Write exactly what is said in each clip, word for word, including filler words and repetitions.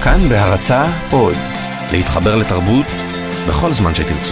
כאן בהרצאה עוד, להתחבר לתרבות בכל זמן שתרצו.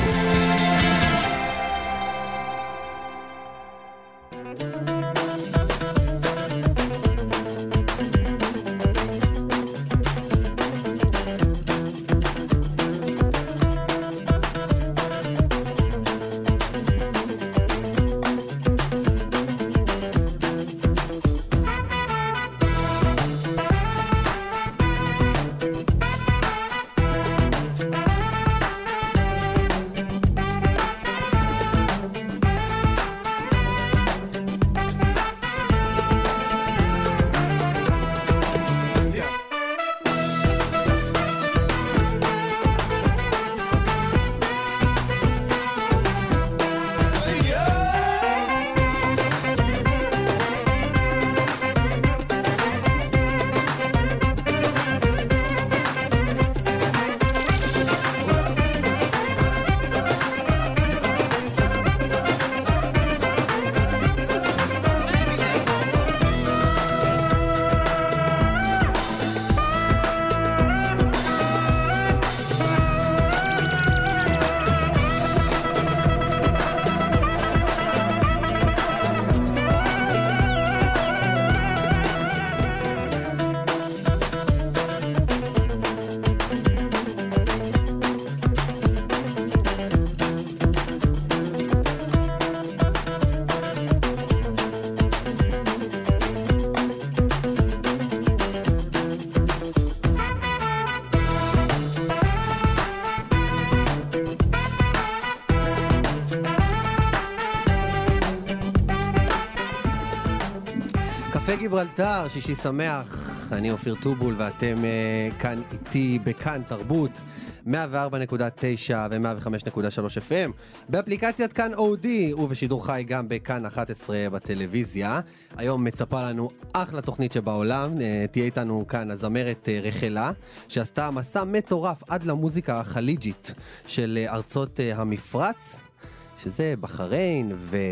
גיברלטר, שישי שמח, אני אופיר טובול ואתם uh, כאן איתי בכאן תרבות מאה וארבע נקודה תשע ו-מאה וחמש נקודה שלוש אף אם באפליקציית כאן אודי ובשידור חי גם בכאן אחת עשרה בטלוויזיה. היום מצפה לנו אחלה תוכנית שבעולם, uh, תהיה איתנו כאן הזמרת uh, רחלה שעשתה מסע מטורף עד למוזיקה החליג'ית של uh, ארצות uh, המפרץ, שזה בחריין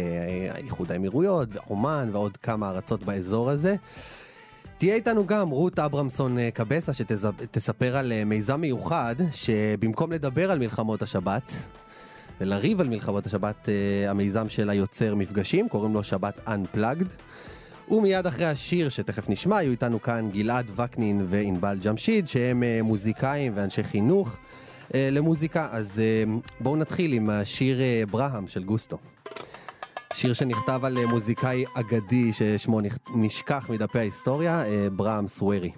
והאיחוד האמירויות ועומן ועוד כמה ארצות באזור הזה. תהיה איתנו גם רות אברמסון קבסה שתספר על מיזם מיוחד שבמקום לדבר על מלחמות השבת ולריב על מלחמות השבת, המיזם של היוצר מפגשים, קוראים לו שבת Unplugged. ומיד אחרי השיר שתכף נשמע יהיו איתנו כאן גלעד וקנין ואינבל ג'משיד שהם מוזיקאים ואנשי חינוך למוזיקה. אז בואו נתחיל עם השיר ברהם של גוסטו, שיר שנכתב על מוזיקאי אגדי ששמו נשכח מדפי ההיסטוריה, ברהם סוורי.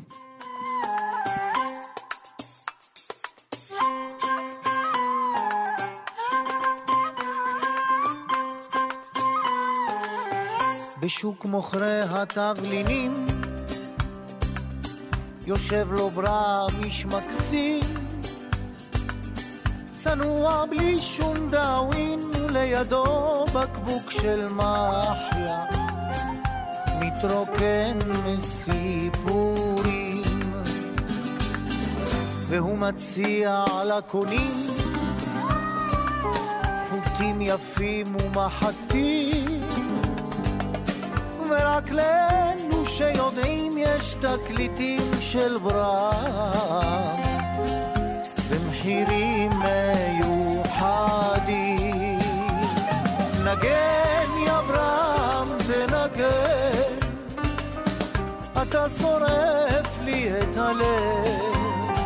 בשוק מוכרי התבלינים יושב לו ברהם איש מקסים, צנוע בלי שום דאווין, ולידו בקבוק של מחיה מתרוקן מסיפורים, והוא מציע לקונים חוטים יפים ומחטים, ורק לאלו שיודעים יש תקליטים של ברהם במחירים מיוחדים. נגן יא ברהם תנגן, אתה שורף לי את הלב,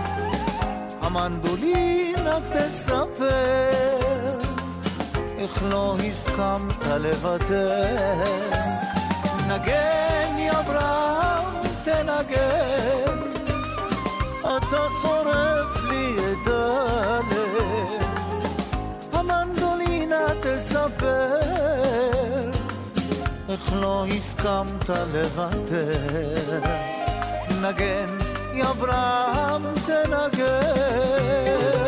המנדולינה תספר איך לא הסכמת לוותר. נגן יא ברהם תנגן, אתה שורף לי את הלב, המנדולינה תספר איך לא הסכמת לוותר. נגן יא ברהם תנגן.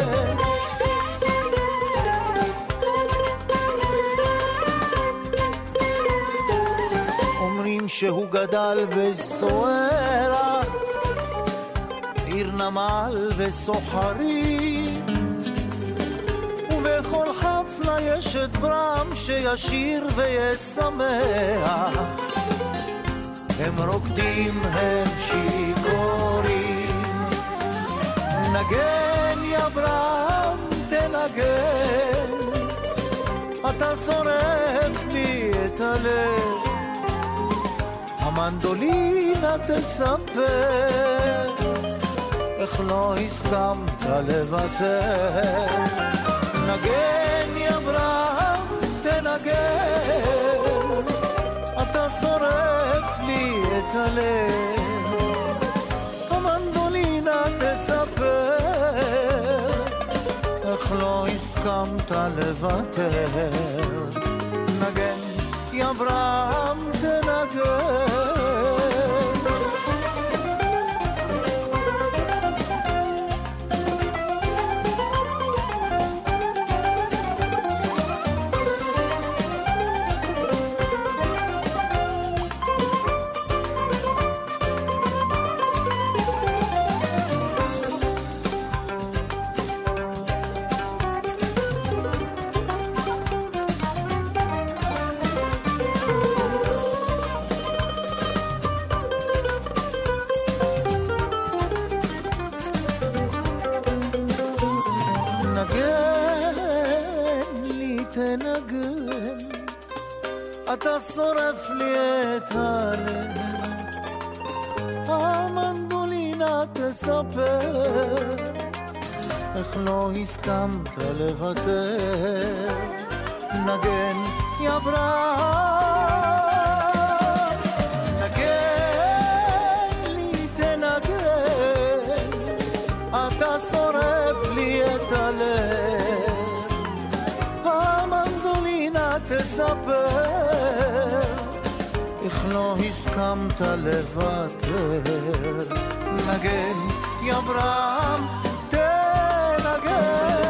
אומרים שהוא גדל בסוערה, עיר נמל וסוחרים, ובכל חפלה יש את ברהם שישיר וישמח, הם רוקדים הם שיכורים. נגן יברם תנגן, אתה שורף לי את הלב, המנדולינה תספר איך לא הסכמת לוותר. נגן יברם תנגן, אתה שורף לי את הלב, המנדולינה תספר איך לא הסכמת לוותר. נגן יברם תנגן. אתה שורף לי את הלב, המנדולינה תספר איך לא הסכמת לוותר. נגן יברם, נגן לי תנגן, אתה שורף לי את הלב, המנדולינה תספר איך לא הסכמת לוותר. נגן יברם תנגן.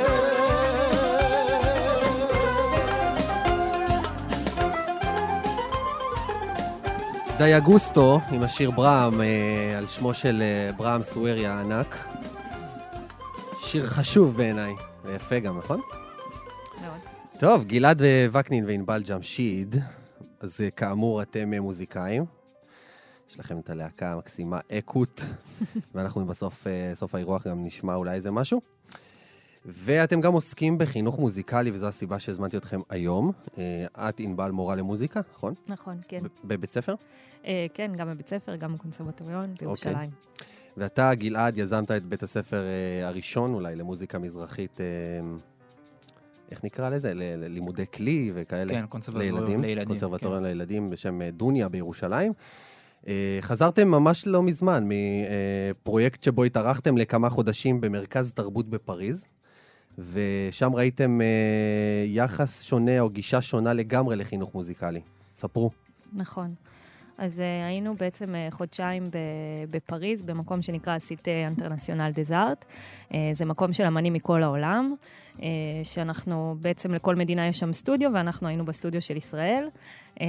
זה היה גוסטו עם השיר ברם, אה, על שמו של אה, ברם סוורי הענק. שיר חשוב בעיניי, ויפה גם, נכון? מאוד. טוב, גלעד וקנין וענבל ג'משיד, אז כאמור אתם מוזיקאים. יש לכם את הלהקה המקסימה אקוט, ואנחנו בסוף סוף האירוח גם נשמע אולי איזה משהו. ואתם גם עוסקים בחינוך מוזיקלי, וזו הסיבה שהזמנתי אתכם היום. את ענבל מורה למוזיקה, נכון? נכון, כן. בבית ספר? כן, גם בבית ספר, גם בקונסרבטוריון בירושלים. ואתה, גלעד, יזמת את בית הספר הראשון אולי למוזיקה מזרחית, איך נקרא לזה? ללימודי כלי וכאלה. כן, קונסרבטוריון לילדים. קונסרבטוריון לילדים בשם דוניה בירושלים. חזרתם ממש לא מזמן מפרויקט שבו התארחתם לכמה חודשים במרכז תרבות בפריז, ושם ראיתם יחס שונה או גישה שונה לגמרי לחינוך מוזיקלי. ספרו. נכון. אז uh, היינו בעצם uh, חודשיים בפריז, במקום שנקרא סיטה אינטרנציונל דז ארט. Uh, זה מקום של אמנים מכל העולם, uh, שאנחנו בעצם לכל מדינה יש שם סטודיו, ואנחנו היינו בסטודיו של ישראל. Uh,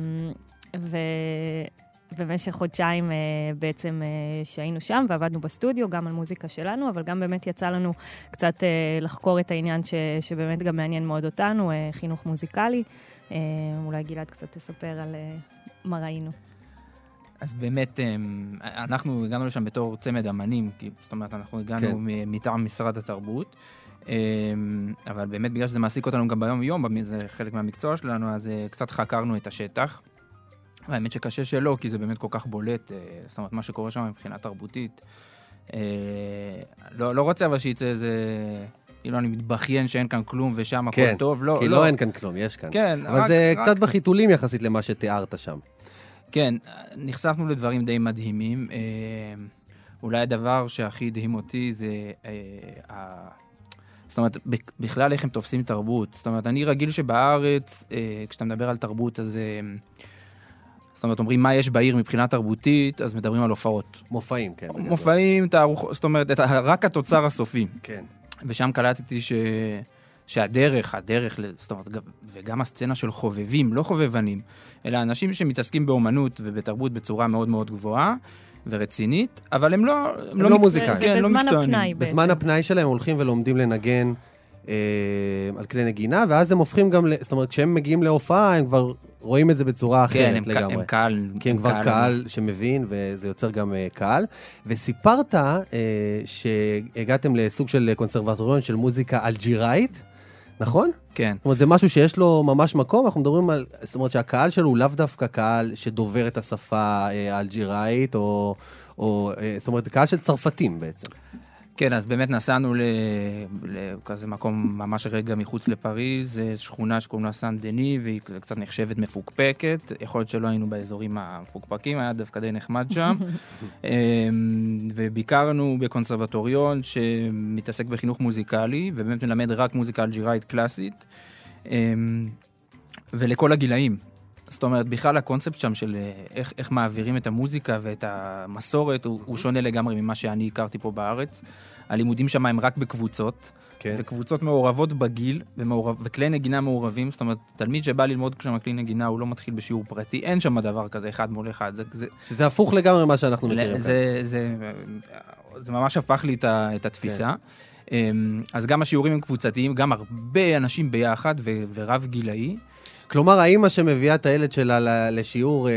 ובמשך חודשיים uh, בעצם uh, שהיינו שם, ועבדנו בסטודיו, גם על מוזיקה שלנו, אבל גם באמת יצא לנו קצת uh, לחקור את העניין ש, שבאמת גם מעניין מאוד אותנו, uh, חינוך מוזיקלי. Uh, אולי גלעד קצת תספר על... Uh, מה ראינו? אז באמת, אנחנו הגענו לשם בתור צמד אמנים, כי זאת אומרת, אנחנו הגענו כן. מטעם משרד התרבות, אבל באמת בגלל שזה מעסיק אותנו גם ביום יום, זה חלק מהמקצוע שלנו, אז קצת חקרנו את השטח, והאמת שקשה שלא, כי זה באמת כל כך בולט, זאת אומרת, מה שקורה שם מבחינה תרבותית. לא, לא רוצה אבל שיצא איזה... כאילו אני מתבכיין שאין כאן כלום ושם הכל כן, טוב. לא, כי לא. לא אין כאן כלום, יש כאן. כן. אבל רק, זה רק... קצת בחיתולים יחסית למה שתיארת שם. כן, נחשפנו לדברים די מדהימים. אה, אולי הדבר שהכי הדהים אותי זה... אה, אה, זאת אומרת, בכלל איך הם תופסים תרבות. זאת אומרת, אני רגיל שבארץ, אה, כשאתה מדבר על תרבות, אז... אה, זאת אומרת, אומרים מה יש בעיר מבחינה תרבותית, אז מדברים על הופעות. מופעים, כן. מופעים, תערוכות, זאת אומרת, רק התוצר הסופי. כן. ושם קלטתי ש... שהדרך, הדרך, זאת אומרת, וגם הסצנה של חובבים, לא חובבנים, אלא אנשים שמתעסקים באומנות ובתרבות בצורה מאוד מאוד גבוהה ורצינית, אבל הם לא... הם לא, לא מוזיקאים. זה, זה כן, בזמן לא הפנאי בעצם. בזמן הפנאי שלהם הולכים ולומדים לנגן על כלי נגינה, ואז הם הופכים גם, זאת אומרת, כשהם מגיעים להופעה, הם כבר רואים את זה בצורה אחרת כן, לגמרי. הם קהל. כי הם כבר קהל שמבין, וזה יוצר גם קהל. וסיפרת שהגעתם לסוג של קונסרבטוריון של מוזיקה אלג'יראית, נכון? כן. זאת אומרת, זה משהו שיש לו ממש מקום, אנחנו מדברים על, זאת אומרת, שהקהל שלו הוא לאו דווקא קהל שדובר את השפה האלג'יראית, או, או, זאת אומרת, קהל של צרפתים בעצם. כן, אז באמת נסענו לכזה מקום ממש רגע מחוץ לפריז, שכונה שקוראים לה סן דני, והיא קצת נחשבת מפוקפקת, יכול להיות שלא היינו באזורים המפוקפקים, היה דווקא די נחמד שם, וביקרנו בקונסרבטוריון שמתעסק בחינוך מוזיקלי, ובאמת מלמד רק מוזיקה אלג'יראית קלאסית, ולכל הגילאים. זאת אומרת, בכלל הקונספט שם של איך, איך מעבירים את המוזיקה ואת המסורת, הוא, הוא שונה לגמרי ממה שאני הכרתי פה בארץ. הלימודים שם הם רק בקבוצות, כן. וקבוצות מעורבות בגיל, ומעורב, וכלי נגינה מעורבים. זאת אומרת, תלמיד שבא ללמוד כשם כלי נגינה, הוא לא מתחיל בשיעור פרטי, אין שם דבר כזה, אחד מול אחד. זה, זה, שזה הפוך לגמרי מה שאנחנו מכירים. זה, זה, זה ממש הפך לי את, ה, את התפיסה. כן. אז גם השיעורים הם קבוצתיים, גם הרבה אנשים ביחד ו, ורב גילאי. כלומר, האמא שמביאה את הילד שלה לשיעור אה,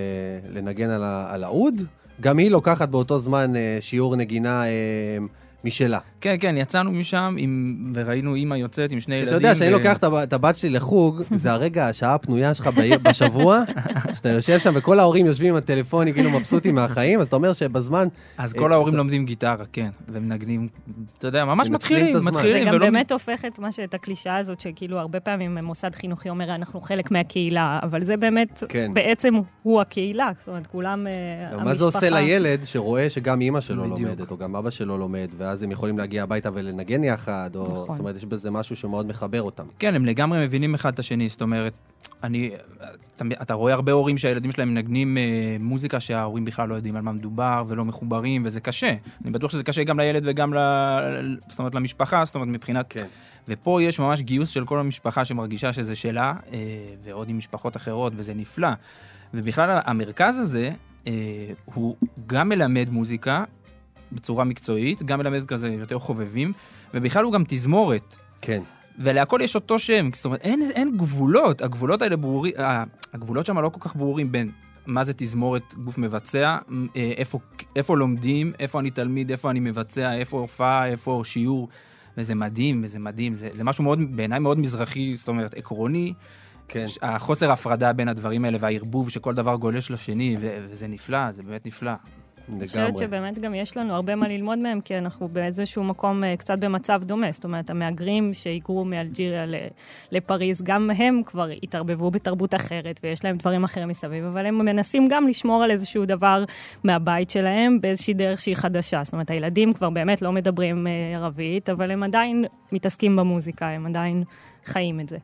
לנגן על, על העוד, גם היא לוקחת באותו זמן אה, שיעור נגינה אה, משלה. כן, כן, יצאנו משם עם, וראינו אמא יוצאת עם שני ילדים. אתה יודע, שאני ו... לוקח את הבת שלי לחוג, זה הרגע, השעה הפנויה שלך בשבוע, שאתה יושב שם וכל ההורים יושבים עם הטלפונים, כאילו מבסוטים מהחיים, אז אתה אומר שבזמן... אז כל ההורים לומדים גיטרה, כן, ומנגנים, אתה יודע, ממש מתחילים, מתחילים. זה גם באמת הופך את הקלישאה הזאת, שכאילו הרבה פעמים מוסד חינוכי אומר, אנחנו חלק מהקהילה, אבל זה באמת, בעצם הוא הקהילה, זאת אומרת, כולם המשפחה. מה זה עושה לילד שרואה שגם אמא שלו לומדת, או גם אבא שלו לומד, ואז הם יכולים להגיע הביתה ולנגן יחד, או, נכון. זאת אומרת, יש בזה משהו שמאוד מחבר אותם. כן, הם לגמרי מבינים אחד את השני, זאת אומרת, אני, אתה, אתה רואה הרבה הורים שהילדים שלהם מנגנים אה, מוזיקה שההורים בכלל לא יודעים על מה מדובר, ולא מחוברים, וזה קשה. אני בטוח שזה קשה גם לילד וגם ל, זאת אומרת, למשפחה, זאת אומרת, מבחינת... כן. ופה יש ממש גיוס של כל המשפחה שמרגישה שזה שלה, אה, ועוד עם משפחות אחרות, וזה נפלא. ובכלל, המרכז הזה, אה, הוא גם מלמד מוזיקה, בצורה מקצועית, גם מלמד כזה יותר חובבים, ובכלל הוא גם תזמורת. כן. ולהכל יש אותו שם, זאת אומרת, אין, אין גבולות, הגבולות האלה ברורים, הגבולות שם לא כל כך ברורים בין מה זה תזמורת גוף מבצע, איפה, איפה לומדים, איפה אני תלמיד, איפה אני מבצע, איפה הופעה, איפה שיעור, וזה מדהים, וזה מדהים, זה, זה משהו מאוד, בעיניי מאוד מזרחי, זאת אומרת, עקרוני, כן. החוסר הפרדה בין הדברים האלה, והערבוב שכל דבר גולש לשני, וזה נפלא, זה באמת נפלא. אני חושבת שבאמת גם יש לנו הרבה מה ללמוד מהם, כי אנחנו באיזשהו מקום קצת במצב דומה. זאת אומרת, המאגרים שהיגרו מאלג'יריה לפריז, גם הם כבר התערבבו בתרבות אחרת, ויש להם דברים אחרים מסביב, אבל הם מנסים גם לשמור על איזשהו דבר מהבית שלהם, באיזושהי דרך שהיא חדשה. זאת אומרת, הילדים כבר באמת לא מדברים ערבית, אבל הם עדיין מתעסקים במוזיקה, הם עדיין חיים את זה.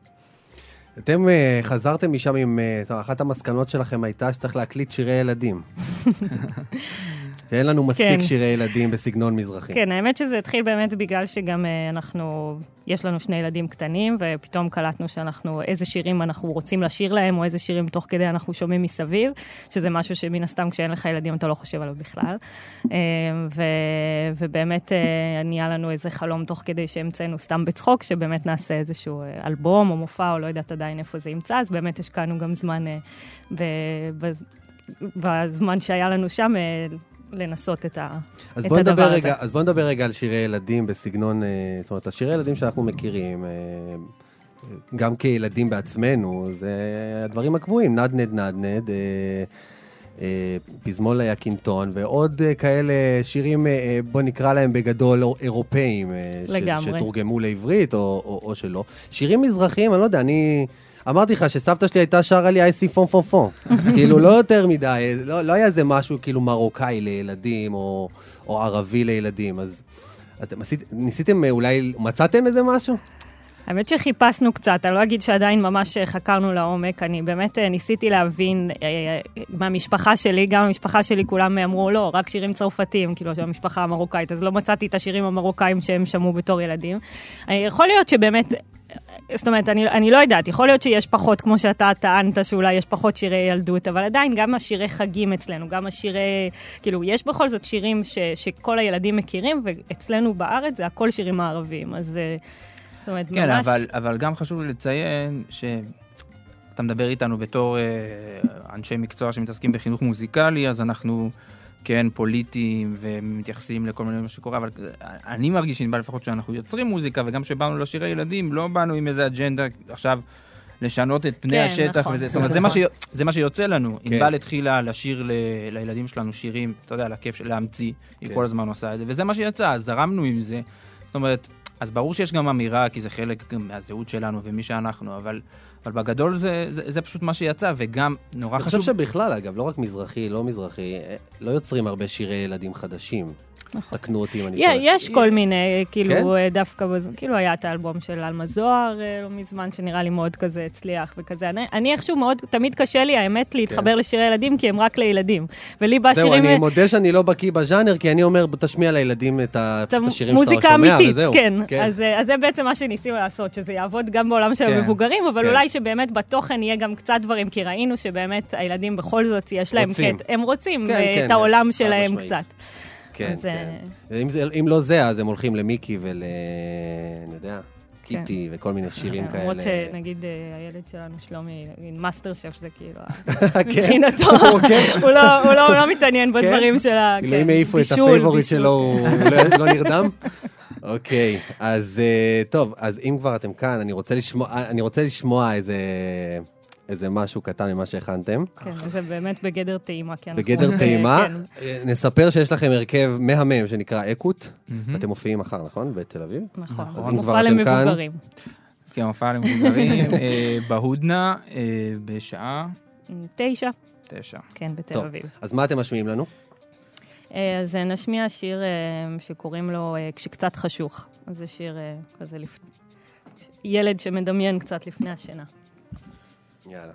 אתם חזרתם משם עם, אחת המסקנות שלכם הייתה שצריך להקליט שירי ילדים. שאין לנו מספיק כן. שירי ילדים בסגנון מזרחי. כן, האמת שזה התחיל באמת בגלל שגם אנחנו, יש לנו שני ילדים קטנים, ופתאום קלטנו שאנחנו, איזה שירים אנחנו רוצים לשיר להם, או איזה שירים תוך כדי אנחנו שומעים מסביב, שזה משהו שמן הסתם כשאין לך ילדים אתה לא חושב עליו בכלל. ו, ובאמת נהיה לנו איזה חלום תוך כדי שהמצאנו סתם בצחוק, שבאמת נעשה איזשהו אלבום או מופע, או לא יודעת עדיין איפה זה ימצא, אז באמת השקענו גם זמן, ב, בזמן שהיה לנו שם, לנסות את, ה, אז את בוא הדבר רגע, הזה. אז בוא נדבר רגע על שירי ילדים בסגנון, זאת אומרת, השירי ילדים שאנחנו מכירים, גם כילדים בעצמנו, זה הדברים הקבועים, נדנד נדנד, פזמון ליקינטון, ועוד כאלה שירים, בוא נקרא להם בגדול אירופאים, שתורגמו לעברית או, או, או שלא. שירים מזרחיים, אני לא יודע, אני... אמרתי לך שסבתא שלי הייתה שרה לי אייסי פון פון פון. כאילו לא יותר מדי, לא, לא היה איזה משהו כאילו מרוקאי לילדים או, או ערבי לילדים. אז אתם ניסיתם אולי, מצאתם איזה משהו? האמת שחיפשנו קצת, אני לא אגיד שעדיין ממש חקרנו לעומק, אני באמת ניסיתי להבין מהמשפחה שלי, גם המשפחה שלי כולם אמרו לא, רק שירים צרפתיים, כאילו המשפחה המרוקאית, אז לא מצאתי את השירים המרוקאים שהם שמעו בתור ילדים. יכול להיות שבאמת... זאת אומרת, אני, אני לא יודעת, יכול להיות שיש פחות, כמו שאתה טענת, שאולי יש פחות שירי ילדות, אבל עדיין גם השירי חגים אצלנו, גם השירי, כאילו, יש בכל זאת שירים ש, שכל הילדים מכירים, ואצלנו בארץ זה הכל שירים הערבים, אז... זאת אומרת, כן, ממש... אבל, אבל גם חשוב לי לציין שאתה מדבר איתנו בתור אה, אנשי מקצוע שמתעסקים בחינוך מוזיקלי, אז אנחנו כן פוליטיים ומתייחסים לכל מיני מה שקורה, אבל אני מרגיש שנבא לפחות שאנחנו יוצרים מוזיקה, וגם שבאנו לשירי ילדים, לא באנו עם איזה אג'נדה עכשיו לשנות את פני כן, השטח. נכון. וזה, זאת אומרת, זה מה, ש... זה מה שיוצא לנו. כן. אם בא לתחילה לשיר ל... לילדים שלנו שירים, אתה יודע, לכיף של להמציא, היא כן. כל הזמן עושה את זה, וזה מה שיצא, אז זרמנו עם זה. זאת אומרת, אז ברור שיש גם אמירה, כי זה חלק מהזהות שלנו ומי שאנחנו, אבל, אבל בגדול זה, זה, זה פשוט מה שיצא, וגם נורא אני חשוב... חושב שבכלל, אגב, לא רק מזרחי, לא מזרחי, לא יוצרים הרבה שירי ילדים חדשים. תקנו אותי אם אני טועה. יש כל מיני, כאילו, דווקא, כאילו היה את האלבום של אלמה זוהר, לא מזמן, שנראה לי מאוד כזה הצליח וכזה. אני איכשהו מאוד, תמיד קשה לי, האמת, להתחבר לשירי ילדים, כי הם רק לילדים. ולי בא שירים... זהו, אני מודה שאני לא בקיא בז'אנר, כי אני אומר, תשמיע לילדים את השירים שאתה שומע, מוזיקה אמיתית, כן. אז זה בעצם מה שניסינו לעשות, שזה יעבוד גם בעולם של המבוגרים, אבל אולי שבאמת בתוכן יהיה גם קצת דברים, כי ראינו שבאמת הילדים בכל זאת יש להם קטע, הם רוצים את העולם שלהם קצת. כן, כן. אם לא זה, אז הם הולכים למיקי ול... אני יודע, קיטי וכל מיני שירים כאלה. למרות שנגיד הילד שלנו, שלומי, מאסטר שף זה כאילו, מבחינתו, הוא לא מתעניין בדברים של הבישול. כאילו אם העיפו את הפייבוריט שלו, הוא לא נרדם? אוקיי, אז טוב, אז אם כבר אתם כאן, אני רוצה לשמוע איזה... איזה משהו קטן ממה שהכנתם. כן, זה באמת בגדר טעימה. בגדר טעימה. נספר שיש לכם הרכב מהמם שנקרא אקוט, ואתם מופיעים מחר, נכון? בתל אביב? נכון, זה מופע למבוגרים. כן, מופע למבוגרים, בהודנה, בשעה... תשע. תשע. כן, בתל אביב. אז מה אתם משמיעים לנו? אז נשמיע שיר שקוראים לו כשקצת חשוך. אז זה שיר כזה לפני... ילד שמדמיין קצת לפני השינה. יאללה.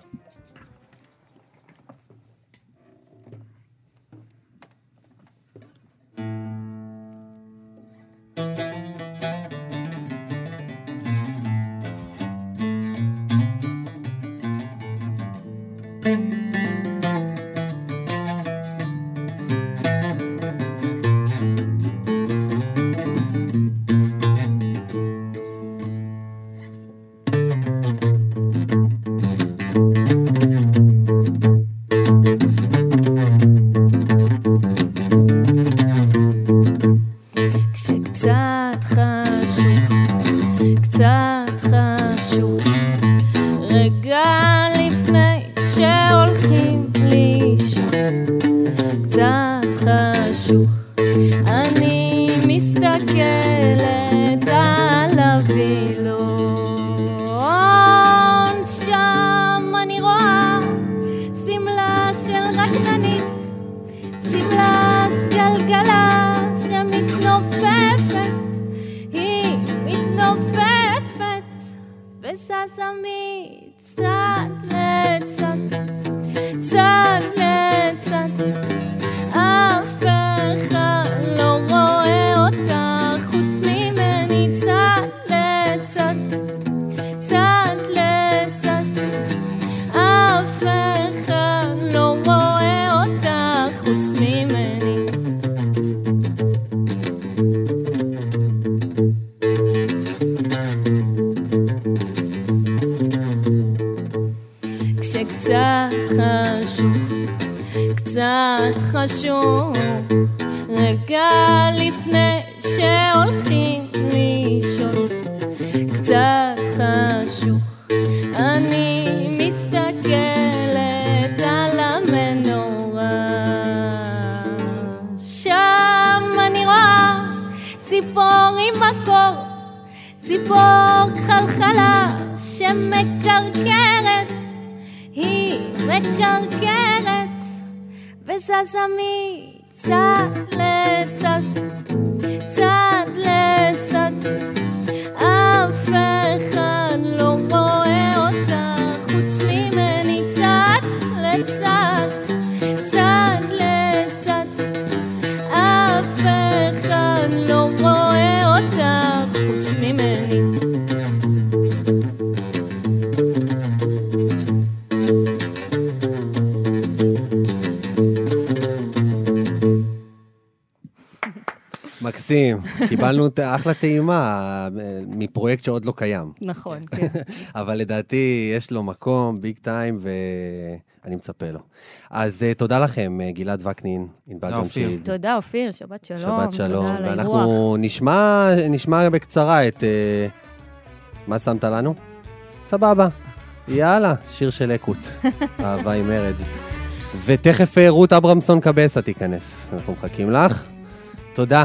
מקסים, קיבלנו אחלה טעימה מפרויקט שעוד לא קיים. נכון, כן. אבל לדעתי יש לו מקום, ביג טיים, ואני מצפה לו. אז תודה לכם, גלעד וקנין, ענבל ג'משיד. תודה, אופיר, שבת שלום. שבת שלום, ואנחנו נשמע, נשמע בקצרה את... מה שמת לנו? סבבה. יאללה, שיר של אקוט. אהבה עם מרד. ותכף רות אברמסון קבסה תיכנס. אנחנו מחכים לך. תודה.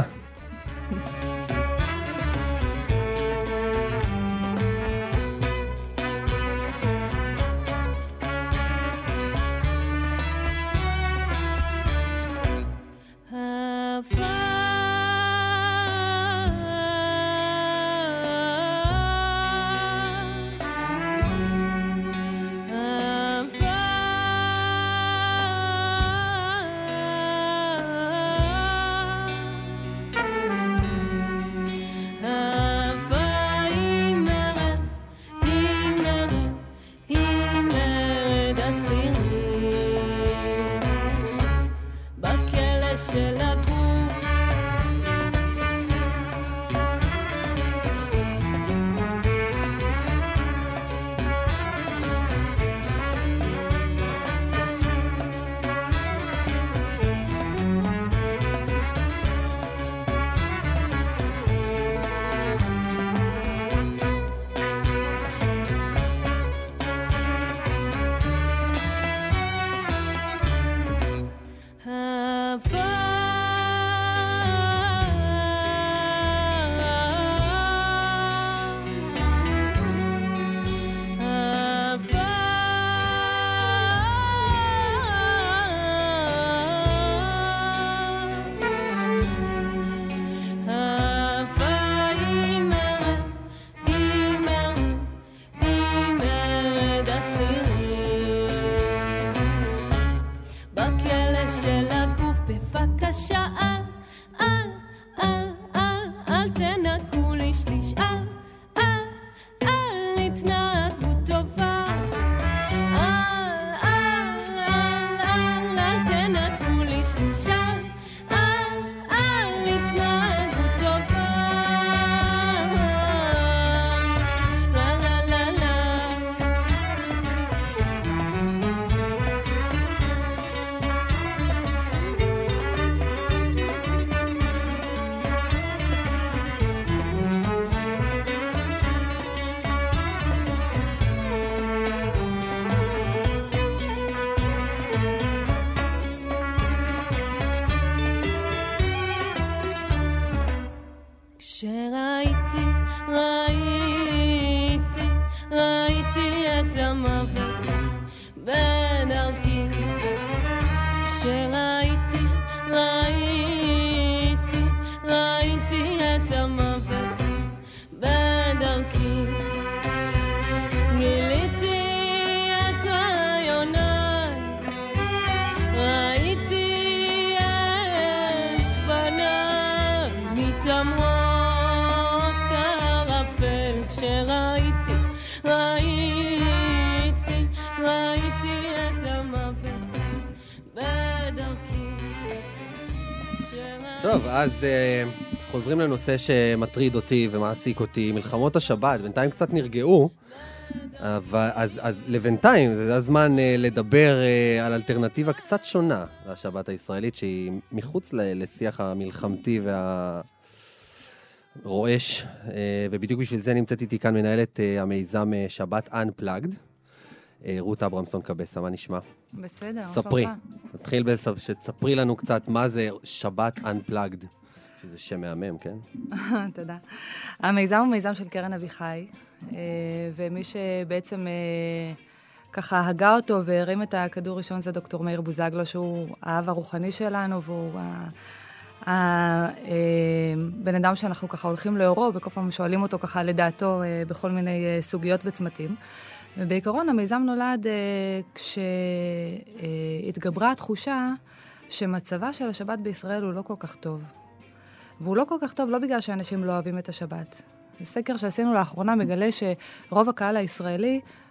טוב, אז uh, חוזרים לנושא שמטריד אותי ומעסיק אותי. מלחמות השבת, בינתיים קצת נרגעו, אבל, אז, אז לבינתיים זה הזמן uh, לדבר uh, על אלטרנטיבה קצת שונה לשבת הישראלית, שהיא מחוץ ל- לשיח המלחמתי והרועש, uh, ובדיוק בשביל זה נמצאת איתי כאן מנהלת uh, המיזם uh, שבת Unplugged, uh, רות אברמסון קבסה, מה נשמע? בסדר, ספרי, תתחיל שתספרי לנו קצת מה זה שבת Unplugged, שזה שם מהמם, כן? תודה. המיזם הוא מיזם של קרן אביחי, ומי שבעצם ככה הגה אותו והרים את הכדור ראשון זה דוקטור מאיר בוזגלו, שהוא האב הרוחני שלנו, והוא הבן אדם שאנחנו ככה הולכים לאורו, וכל פעם שואלים אותו ככה לדעתו בכל מיני סוגיות וצמתים. ובעיקרון המיזם נולד uh, כשהתגברה התחושה שמצבה של השבת בישראל הוא לא כל כך טוב. והוא לא כל כך טוב לא בגלל שאנשים לא אוהבים את השבת. סקר שעשינו לאחרונה מגלה שרוב הקהל הישראלי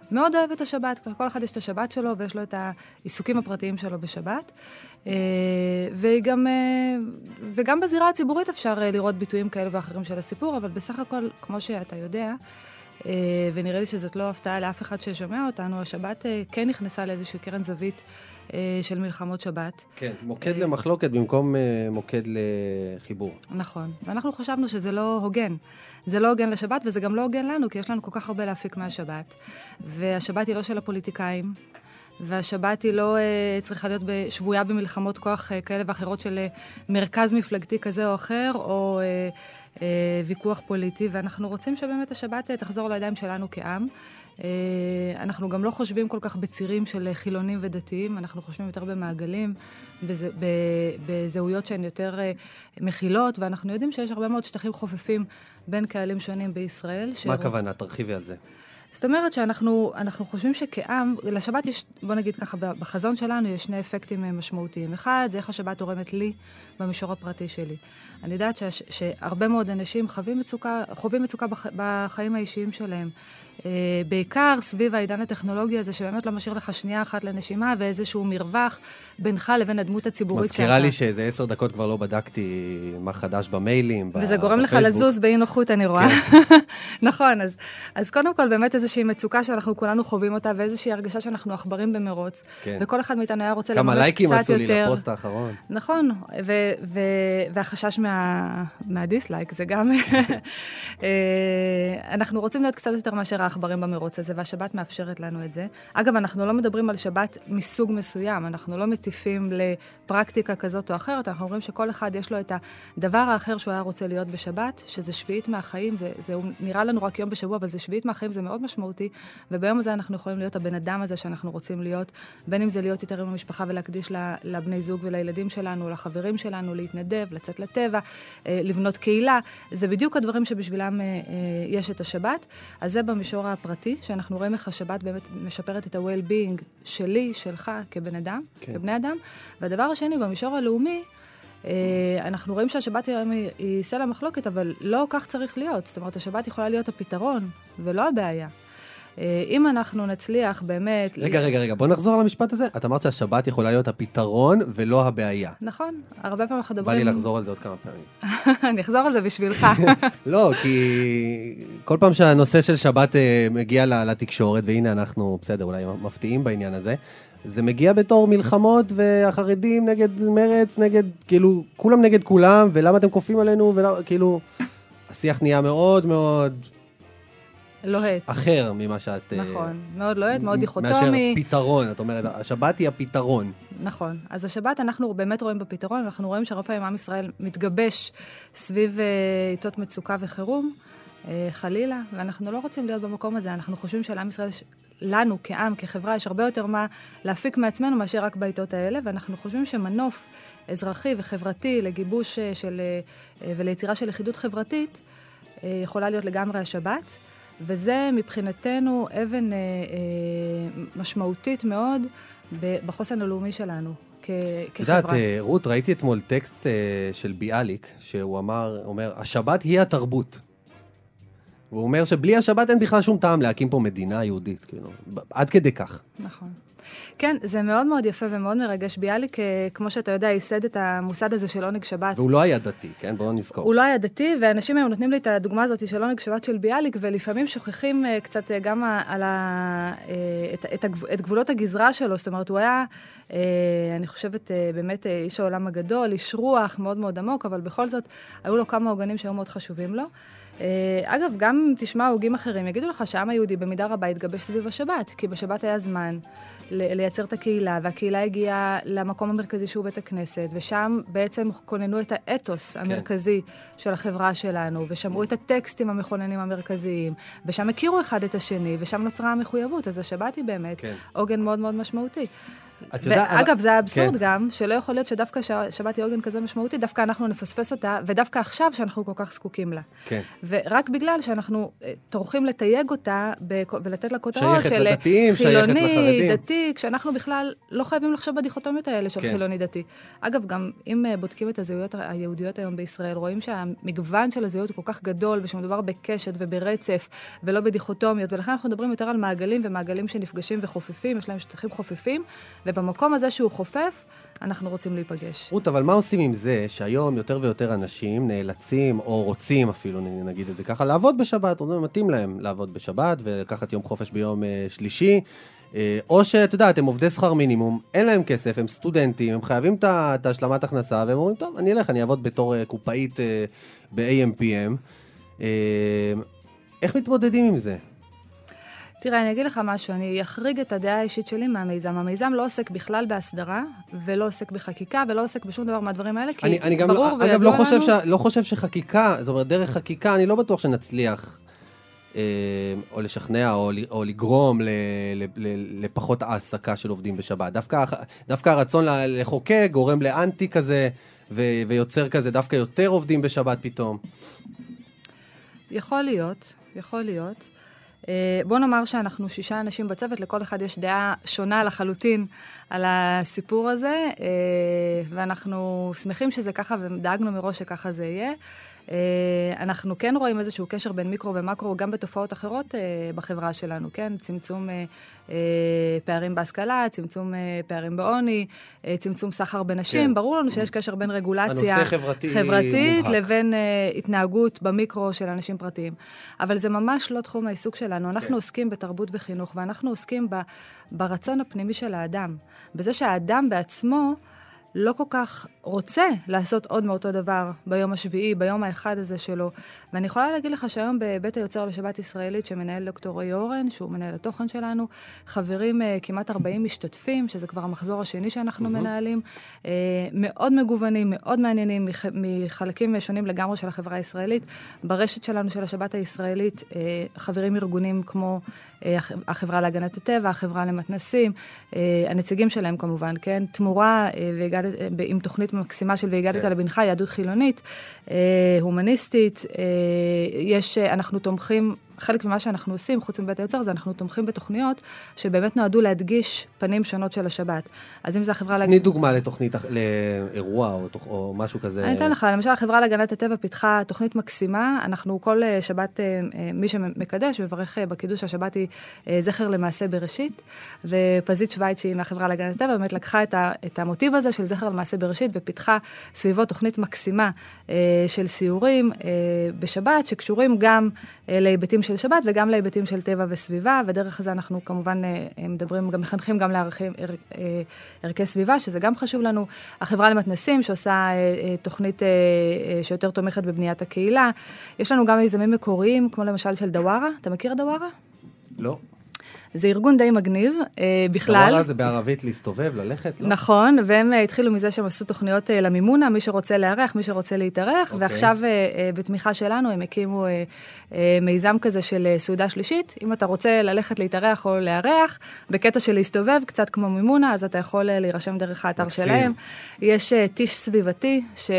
מאוד אוהב את השבת, כל אחד יש את השבת שלו, ויש לו את העיסוקים הפרטיים שלו בשבת. וגם, וגם בזירה הציבורית אפשר לראות ביטויים כאלה ואחרים של הסיפור, אבל בסך הכל, כמו שאתה יודע, ונראה לי שזאת לא הפתעה לאף אחד ששומע אותנו, השבת כן נכנסה לאיזושהי קרן זווית של מלחמות שבת. כן, מוקד למחלוקת במקום מוקד לחיבור. נכון, ואנחנו חשבנו שזה לא הוגן. זה לא הוגן לשבת, וזה גם לא הוגן לנו, כי יש לנו כל כך הרבה להפיק מהשבת. והשבת היא לא של הפוליטיקאים, והשבת היא לא uh, צריכה להיות שבויה במלחמות כוח uh, כאלה ואחרות של uh, מרכז מפלגתי כזה או אחר, או uh, uh, ויכוח פוליטי, ואנחנו רוצים שבאמת השבת uh, תחזור לידיים שלנו כעם. Uh, אנחנו גם לא חושבים כל כך בצירים של חילונים ודתיים, אנחנו חושבים יותר במעגלים, בזה, בזהויות שהן יותר uh, מכילות, ואנחנו יודעים שיש הרבה מאוד שטחים חופפים בין קהלים שונים בישראל. מה הכוונה? תרחיבי על זה. זאת אומרת שאנחנו אנחנו חושבים שכעם, לשבת יש, בוא נגיד ככה, בחזון שלנו יש שני אפקטים משמעותיים. אחד, זה איך השבת תורמת לי במישור הפרטי שלי. אני יודעת ש, שהרבה מאוד אנשים חווים מצוקה, חווים מצוקה בח, בחיים האישיים שלהם. בעיקר סביב העידן הטכנולוגי הזה, שבאמת לא משאיר לך שנייה אחת לנשימה, ואיזשהו מרווח בינך לבין הדמות הציבורית שלך. מזכירה לי שאיזה עשר דקות כבר לא בדקתי מה חדש במיילים, בפייסבוק. וזה גורם לך לזוז באי נוחות, אני רואה. נכון, אז, אז קודם כל באמת איזושהי מצוקה שאנחנו כולנו חווים אותה, ואיזושהי הרגשה שאנחנו עכברים במרוץ. כן. וכל אחד מאיתנו היה רוצה לממש קצת יותר. כמה לייקים עשו לי לפוסט האחרון. נכון, ו- ו- והחשש מה- מהדיסלייק, זה גם... אנחנו רוצים להיות קצת יותר מאשר העכברים במרוץ הזה, והשבת מאפשרת לנו את זה. אגב, אנחנו לא מדברים על שבת מסוג מסוים, אנחנו לא מטיפים לפרקטיקה כזאת או אחרת, אנחנו אומרים שכל אחד יש לו את הדבר האחר שהוא היה רוצה להיות בשבת, שזה שביעית מהחיים, זה, זה נראה לנו רק יום בשבוע, אבל זה שביעית מהחיים, זה מאוד משמעותי, וביום הזה אנחנו יכולים להיות הבן אדם הזה שאנחנו רוצים להיות, בין אם זה להיות יותר עם המשפחה ולהקדיש לבני זוג ולילדים שלנו, לחברים שלנו, להתנדב, לצאת לטבע, לבנות קהילה, זה בדיוק הדברים שבשבילם יש את השבת. אז זה במישור הפרטי, שאנחנו רואים איך השבת באמת משפרת את ה-well-being שלי, שלך, כבן אדם, כן. כבני אדם. והדבר השני, במישור הלאומי, אנחנו רואים שהשבת היא, היא סלע מחלוקת, אבל לא כך צריך להיות. זאת אומרת, השבת יכולה להיות הפתרון, ולא הבעיה. אם אנחנו נצליח באמת... רגע, רגע, רגע, בוא נחזור על המשפט הזה. את אמרת שהשבת יכולה להיות הפתרון ולא הבעיה. נכון, הרבה פעמים אנחנו בא מדברים... לי לחזור על זה עוד כמה פעמים. אני אחזור על זה בשבילך. לא, כי כל פעם שהנושא של שבת מגיע לתקשורת, והנה אנחנו, בסדר, אולי מפתיעים בעניין הזה, זה מגיע בתור מלחמות, והחרדים נגד מרץ, נגד, כאילו, כולם נגד כולם, ולמה אתם כופים עלינו, וכאילו, השיח נהיה מאוד מאוד... לוהט. אחר ממה שאת... נכון, מאוד לוהט, מאוד דיכוטומי. מאשר פתרון, את אומרת, השבת היא הפתרון. נכון. אז השבת אנחנו באמת רואים בפתרון, אנחנו רואים שהרבה פעמים עם ישראל מתגבש סביב עיתות מצוקה וחירום, חלילה, ואנחנו לא רוצים להיות במקום הזה, אנחנו חושבים שלעם ישראל, לנו כעם, כחברה, יש הרבה יותר מה להפיק מעצמנו מאשר רק בעיתות האלה, ואנחנו חושבים שמנוף אזרחי וחברתי לגיבוש של, וליצירה של יחידות חברתית, יכולה להיות לגמרי השבת, וזה מבחינתנו אבן אה, אה, משמעותית מאוד בחוסן הלאומי שלנו כ- כחברה. יודעת, רות, ראיתי אתמול טקסט אה, של ביאליק, שהוא אמר, אומר, השבת היא התרבות. והוא אומר שבלי השבת אין בכלל שום טעם להקים פה מדינה יהודית, כאילו, עד כדי כך. נכון. כן, זה מאוד מאוד יפה ומאוד מרגש. ביאליק, כמו שאתה יודע, ייסד את המוסד הזה של עונג שבת. והוא לא היה דתי, כן? בואו נזכור. הוא לא היה דתי, ואנשים היום נותנים לי את הדוגמה הזאת של עונג שבת של ביאליק, ולפעמים שוכחים קצת גם על ה... את, את, הגב... את גבולות הגזרה שלו. זאת אומרת, הוא היה, אני חושבת, באמת איש העולם הגדול, איש רוח מאוד מאוד עמוק, אבל בכל זאת, היו לו כמה עוגנים שהיו מאוד חשובים לו. אגב, גם תשמע הוגים אחרים, יגידו לך שהעם היהודי במידה רבה התגבש סביב השבת, כי בשבת היה זמן לייצר את הקהילה, והקהילה הגיעה למקום המרכזי שהוא בית הכנסת, ושם בעצם כוננו את האתוס המרכזי של החברה שלנו, ושמעו את הטקסטים המכוננים המרכזיים, ושם הכירו אחד את השני, ושם נוצרה המחויבות, אז השבת היא באמת עוגן מאוד מאוד משמעותי. את יודעת, ואגב, אבל... זה האבסורד כן. גם, שלא יכול להיות שדווקא שבת היא עוגן כזה משמעותי, דווקא אנחנו נפספס אותה, ודווקא עכשיו שאנחנו כל כך זקוקים לה. כן. ורק בגלל שאנחנו טורחים לתייג אותה ולתת לה כותרות של לדתיים, חילוני, דתי, כשאנחנו בכלל לא חייבים לחשוב בדיכוטומיות האלה של כן. חילוני דתי. אגב, גם אם בודקים את הזהויות היהודיות היום בישראל, רואים שהמגוון של הזהויות הוא כל כך גדול, ושמדובר בקשת וברצף, ולא בדיכוטומיות, ולכן אנחנו מדברים יותר על מעגלים ומעגלים שנפגשים וחופפים, יש להם שטחים חופפים, ובמקום הזה שהוא חופף, אנחנו רוצים להיפגש. רות, אבל מה עושים עם זה שהיום יותר ויותר אנשים נאלצים, או רוצים אפילו, נגיד את זה ככה, לעבוד בשבת, או מתאים להם לעבוד בשבת, ולקחת יום חופש ביום אה, שלישי, אה, או שאת יודעת, הם עובדי שכר מינימום, אין להם כסף, הם סטודנטים, הם חייבים את השלמת הכנסה, והם אומרים, טוב, אני אלך, אני אעבוד בתור אה, קופאית אה, ב-איי אם פי אם. אה, איך מתמודדים עם זה? תראה, אני אגיד לך משהו, אני אחריג את הדעה האישית שלי מהמיזם. המיזם לא עוסק בכלל בהסדרה, ולא עוסק בחקיקה, ולא עוסק בשום דבר מהדברים האלה, כי אני, אני גם ברור לא, וידוע אגב, לא לנו... חושב, ש, לא חושב שחקיקה, זאת אומרת, דרך חקיקה, אני לא בטוח שנצליח אה, או לשכנע, או, או לגרום ל, ל, ל, לפחות העסקה של עובדים בשבת. דווקא, דווקא הרצון לחוקק גורם לאנטי כזה, ו, ויוצר כזה, דווקא יותר עובדים בשבת פתאום. יכול להיות, יכול להיות. בוא נאמר שאנחנו שישה אנשים בצוות, לכל אחד יש דעה שונה לחלוטין על הסיפור הזה, ואנחנו שמחים שזה ככה, ודאגנו מראש שככה זה יהיה. אנחנו כן רואים איזשהו קשר בין מיקרו ומקרו, גם בתופעות אחרות בחברה שלנו, כן? צמצום פערים בהשכלה, צמצום פערים בעוני, צמצום סחר בנשים. ברור לנו שיש קשר בין רגולציה חברתית לבין התנהגות במיקרו של אנשים פרטיים. אבל זה ממש לא תחום העיסוק שלנו. אנחנו עוסקים בתרבות וחינוך, ואנחנו עוסקים ברצון הפנימי של האדם. בזה שהאדם בעצמו לא כל כך רוצה לעשות עוד מאותו דבר ביום השביעי, ביום האחד הזה שלו. ואני יכולה להגיד לך שהיום בבית היוצר לשבת ישראלית, שמנהל דוקטור רועי אורן, שהוא מנהל התוכן שלנו, חברים כמעט ארבעים משתתפים, שזה כבר המחזור השני שאנחנו מנהלים, מאוד מגוונים, מאוד מעניינים, מחלקים שונים לגמרי של החברה הישראלית. ברשת שלנו של השבת הישראלית, חברים ארגונים כמו החברה להגנת הטבע, החברה למתנסים, הנציגים שלהם כמובן, כן? תמורה עם תוכנית מקסימה של והגדת לבנך, יהדות חילונית, הומניסטית, יש, אנחנו תומכים, חלק ממה שאנחנו עושים, חוץ מבית היוצר, זה אנחנו תומכים בתוכניות שבאמת נועדו להדגיש פנים שונות של השבת. אז אם זה החברה... תני דוגמה לתוכנית, לאירוע או, או משהו כזה. אני אתן לך, למשל, החברה להגנת הטבע פיתחה תוכנית מקסימה, אנחנו כל שבת, מי שמקדש, מברך בקידוש השבת היא זכר למעשה בראשית, ופזית שווייץ, שהיא מהחברה להגנת הטבע, באמת לקחה את, ה, את המוטיב הזה של זכר למעשה בראשית, ופיתחה סביבו תוכנית מקסימה של סיורים בשבת, שקשורים גם להיבטים של שבת וגם להיבטים של טבע וסביבה, ודרך זה אנחנו כמובן מדברים, גם מחנכים גם לערכים, ערכי סביבה, שזה גם חשוב לנו. החברה למתנסים, שעושה תוכנית שיותר תומכת בבניית הקהילה. יש לנו גם מיזמים מקוריים, כמו למשל של דווארה. אתה מכיר דווארה? לא. זה ארגון די מגניב, בכלל. דווארה זה בערבית להסתובב, ללכת, לא? נכון, והם התחילו מזה שהם עשו תוכניות למימונה, מי שרוצה לארח, מי שרוצה להתארח, ועכשיו בתמיכה שלנו הם הקימו מיזם כזה של סעודה שלישית. אם אתה רוצה ללכת להתארח או לארח, בקטע של להסתובב, קצת כמו מימונה, אז אתה יכול להירשם דרך האתר שלהם. יש טיש סביבתי, ש...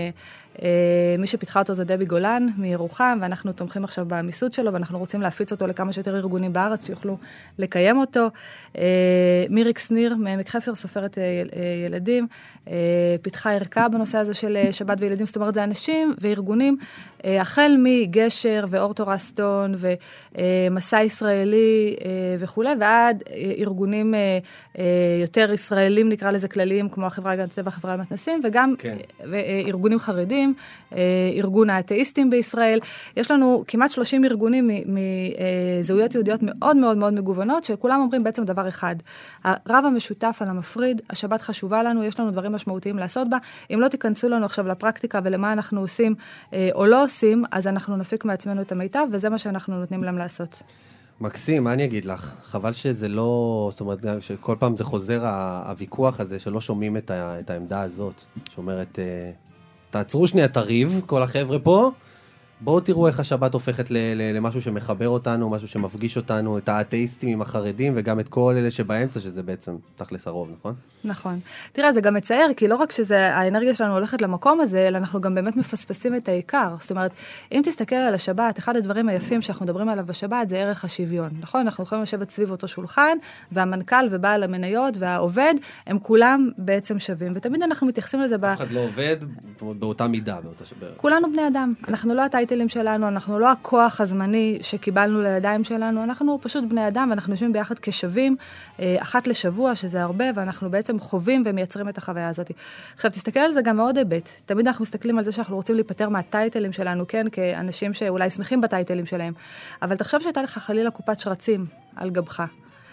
מי שפיתחה אותו זה דבי גולן מירוחם, ואנחנו תומכים עכשיו במיסוד שלו, ואנחנו רוצים להפיץ אותו לכמה שיותר ארגונים בארץ שיוכלו לקיים אותו. מיריק סניר מעמק חפר, סופרת ילדים, פיתחה ערכה בנושא הזה של שבת וילדים, זאת אומרת זה אנשים וארגונים, החל מגשר ואורטורסטון ומסע ישראלי וכו', ועד ארגונים יותר ישראלים, נקרא לזה כלליים, כמו החברה להגנת הטבע, החברה למתנסים, וגם כן. ארגונים חרדים, ארגון האתאיסטים בישראל. יש לנו כמעט שלושים ארגונים מזהויות יהודיות מאוד מאוד מאוד מגוונות, שכולם אומרים בעצם דבר אחד. הרב המשותף על המפריד, השבת חשובה לנו, יש לנו דברים משמעותיים לעשות בה. אם לא תיכנסו לנו עכשיו לפרקטיקה ולמה אנחנו עושים או לא עושים, אז אנחנו נפיק מעצמנו את המיטב, וזה מה שאנחנו נותנים להם לעשות. מקסים, מה אני אגיד לך? חבל שזה לא, זאת אומרת, שכל פעם זה חוזר הוויכוח הזה, שלא שומעים את, ה, את העמדה הזאת, שאומרת, תעצרו שנייה, תריב, כל החבר'ה פה, בואו תראו איך השבת הופכת ל- ל- למשהו שמחבר אותנו, משהו שמפגיש אותנו, את האתאיסטים עם החרדים, וגם את כל אלה שבאמצע, שזה בעצם תכלס הרוב, נכון? נכון. תראה, זה גם מצער, כי לא רק שהאנרגיה שלנו הולכת למקום הזה, אלא אנחנו גם באמת מפספסים את העיקר. זאת אומרת, אם תסתכל על השבת, אחד הדברים היפים שאנחנו מדברים עליו בשבת, זה ערך השוויון. נכון? אנחנו יכולים לשבת סביב אותו שולחן, והמנכ"ל ובעל המניות והעובד, הם כולם בעצם שווים. ותמיד אנחנו מתייחסים לזה ב... אף אחד לא עובד באותה מידה, באותה שבר. כולנו בני אדם. אנחנו לא הטייטלים שלנו, אנחנו לא הכוח הזמני שקיבלנו לידיים שלנו, אנחנו פשוט בני אדם, ואנחנו יושבים ביחד כשווים, אחת לשבוע, שזה הרבה, ואנחנו בעצם חווים ומייצרים את החוויה הזאת. עכשיו, תסתכל על זה גם מאוד היבט. תמיד אנחנו מסתכלים על זה שאנחנו רוצים להיפטר מהטייטלים שלנו, כן, כאנשים שאולי שמחים בטייטלים שלהם. אבל תחשוב שהייתה לך חלילה קופת שרצים על גבך.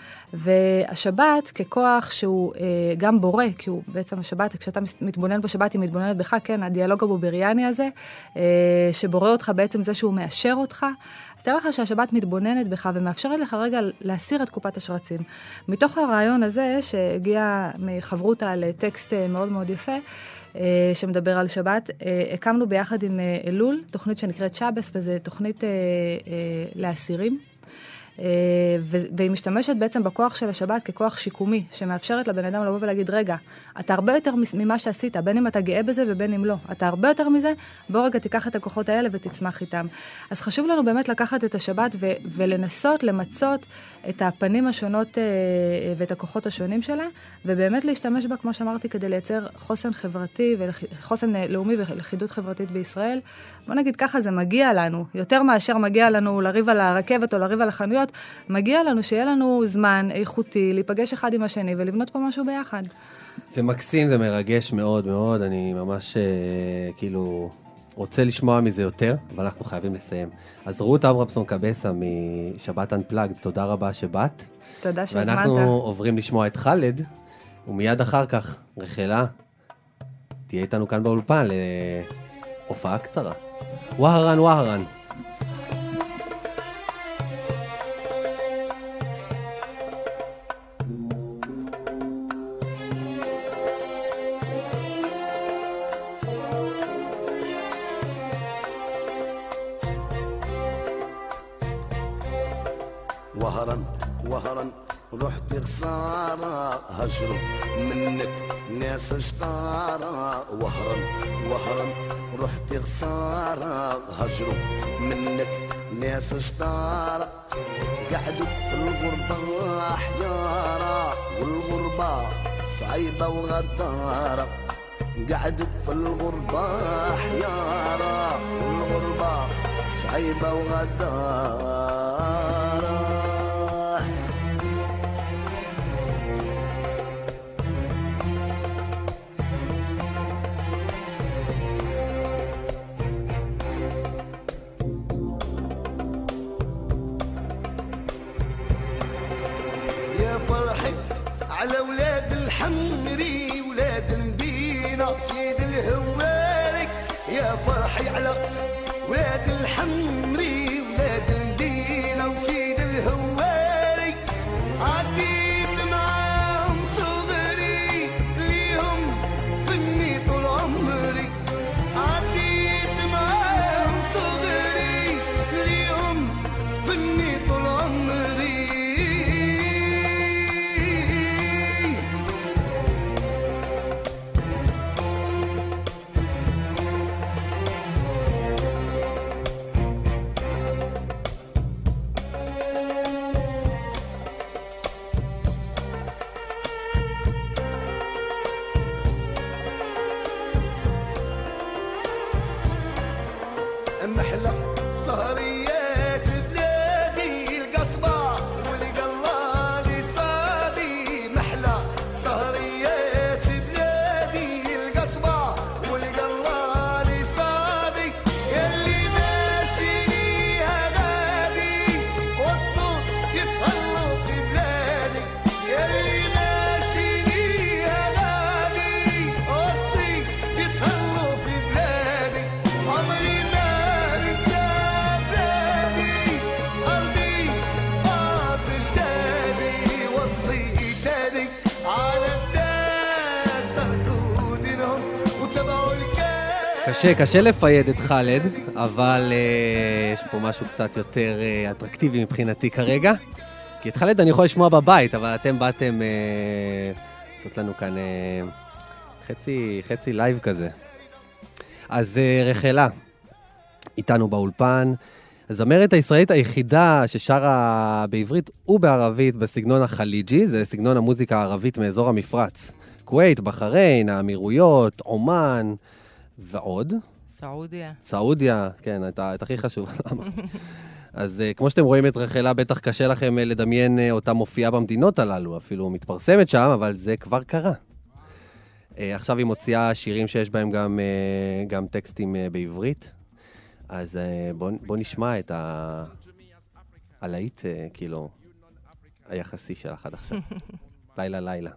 והשבת ככוח שהוא אה, גם בורא, כי הוא בעצם השבת, כשאתה מתבונן בשבת, היא מתבוננת בך, כן, הדיאלוג הבובריאני הזה, אה, שבורא אותך בעצם זה שהוא מאשר אותך, אז תראה לך שהשבת מתבוננת בך ומאפשרת לך רגע להסיר את קופת השרצים. מתוך הרעיון הזה שהגיע מחברותה לטקסט מאוד מאוד יפה, שמדבר על שבת, הקמנו ביחד עם אלול, תוכנית שנקראת שבס, וזו תוכנית לאסירים, והיא משתמשת בעצם בכוח של השבת ככוח שיקומי, שמאפשרת לבן אדם לבוא ולהגיד, רגע, אתה הרבה יותר ממה שעשית, בין אם אתה גאה בזה ובין אם לא. אתה הרבה יותר מזה, בוא רגע תיקח את הכוחות האלה ותצמח איתם. אז חשוב לנו באמת לקחת את השבת ו- ולנסות למצות את הפנים השונות ואת הכוחות השונים שלה, ובאמת להשתמש בה, כמו שאמרתי, כדי לייצר חוסן חברתי וחוסן לאומי ולכידות חברתית בישראל. בוא נגיד ככה, זה מגיע לנו, יותר מאשר מגיע לנו לריב על הרכבת או לריב על החנויות, מגיע לנו שיהיה לנו זמן איכותי, להיפגש אחד עם השני ולבנות פה משהו ביחד. זה מקסים, זה מרגש מאוד מאוד, אני ממש אה, כאילו רוצה לשמוע מזה יותר, אבל אנחנו חייבים לסיים. אז רות אברמסון קבסה משבת אנפלאגד, תודה רבה שבאת. תודה שהזמנת. ואנחנו עוברים לשמוע את חלד, ומיד אחר כך, רחלה, תהיה איתנו כאן באולפן להופעה קצרה. והרן, והרן. وهرا وهرا رحت خسارة هجروا منك ناس اشطارة وهرا وهرا رحت خسارة هجروا منك ناس اشطارة قعدوا في الغربة حيارة والغربة صعيبة وغدارة قعدوا في الغربة حيارة والغربة صعيبة وغدارة فرحي على ولاد الحمري ولاد المدينة سيد الهواري يا فرحي على ولاد الحمري ولاد المدينة وسيد الهواري عديت معاهم صغري ليهم فني طول عمري عديت معاهم صغري ليهم فني طول عمري محلى سهريات بلادي القصبة والقلالي صادي محلى سهريات بلادي القصبة والقلالي صادي يلي ماشي ليها غادي والصوت يتهلو ببلادي يلي ماشي ليها غادي والصوت يتهلو ببلادي عمري ما קשה, קשה לפייד את חלד, אבל uh, יש פה משהו קצת יותר uh, אטרקטיבי מבחינתי כרגע. כי את חלד אני יכול לשמוע בבית, אבל אתם באתם uh, לעשות לנו כאן uh, חצי, חצי לייב כזה. אז uh, רחלה, איתנו באולפן, הזמרת הישראלית היחידה ששרה בעברית ובערבית בסגנון החליג'י, זה סגנון המוזיקה הערבית מאזור המפרץ. כווית, בחריין, האמירויות, אומן ועוד. סעודיה. סעודיה, כן, את הכי חשוב. אז כמו שאתם רואים את רחלה, בטח קשה לכם לדמיין אותה מופיעה במדינות הללו, אפילו מתפרסמת שם, אבל זה כבר קרה. עכשיו היא מוציאה שירים שיש בהם גם, גם טקסטים בעברית. אז בוא, בוא נשמע את ה... הלהיט, כאילו, היחסי שלך עד עכשיו. לילה לילה.